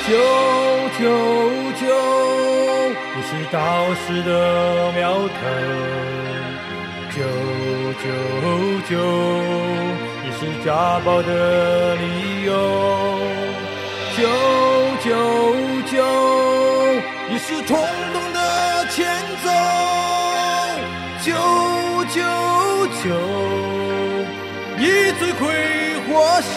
999，你是道士的苗头。999，你是家暴的理由。999，你是冲动的前奏。999，你罪魁祸首。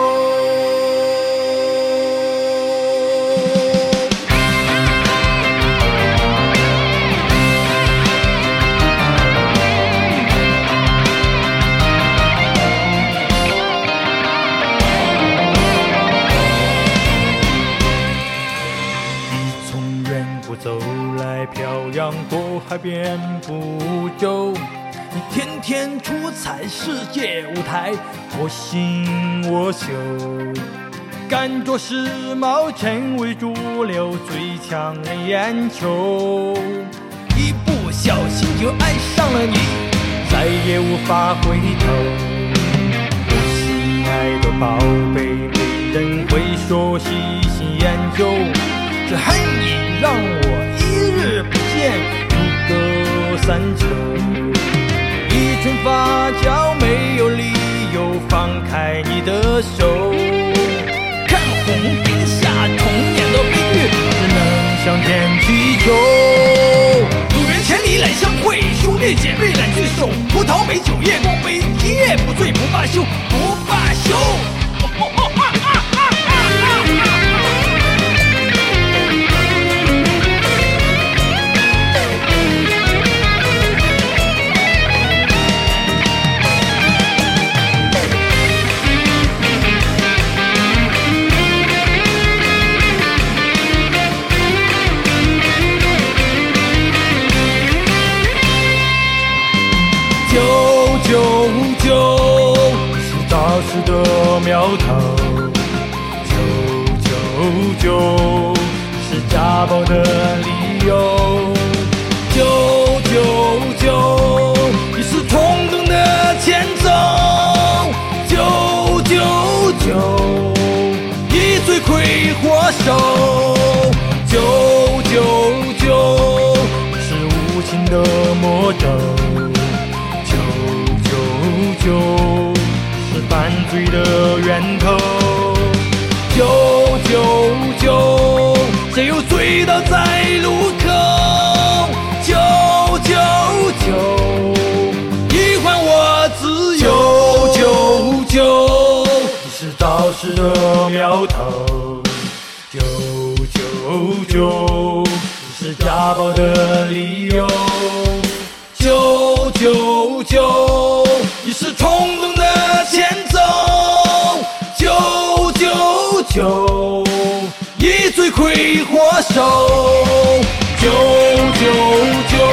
走来漂洋过海遍不周，你天天出彩世界舞台，我行我秀，干着时髦成为主流，最抢人眼球，一不小心就爱上了你，再也无法回头。我心爱的宝贝，没人会说细心研究，这恨意让我一日不见如隔三秋。一春发酵，没有理由放开你的手，看红笔下童年的悲剧，只能向天祈求。路远千里来相会，兄弟姐妹来聚首，葡萄美酒夜光杯，一夜不醉不罢休，不罢休。999，是道士的苗头。999，是家暴的理由。999，你是冲动的前奏。999，你罪魁祸首。999，是无情的魔咒。999，是犯罪的源头。999，谁又醉倒在路口。999，你还我自由。999，你是道士的苗头。999，你是家暴的理由。999，你是冲动的前奏。999，你罪魁祸首。999。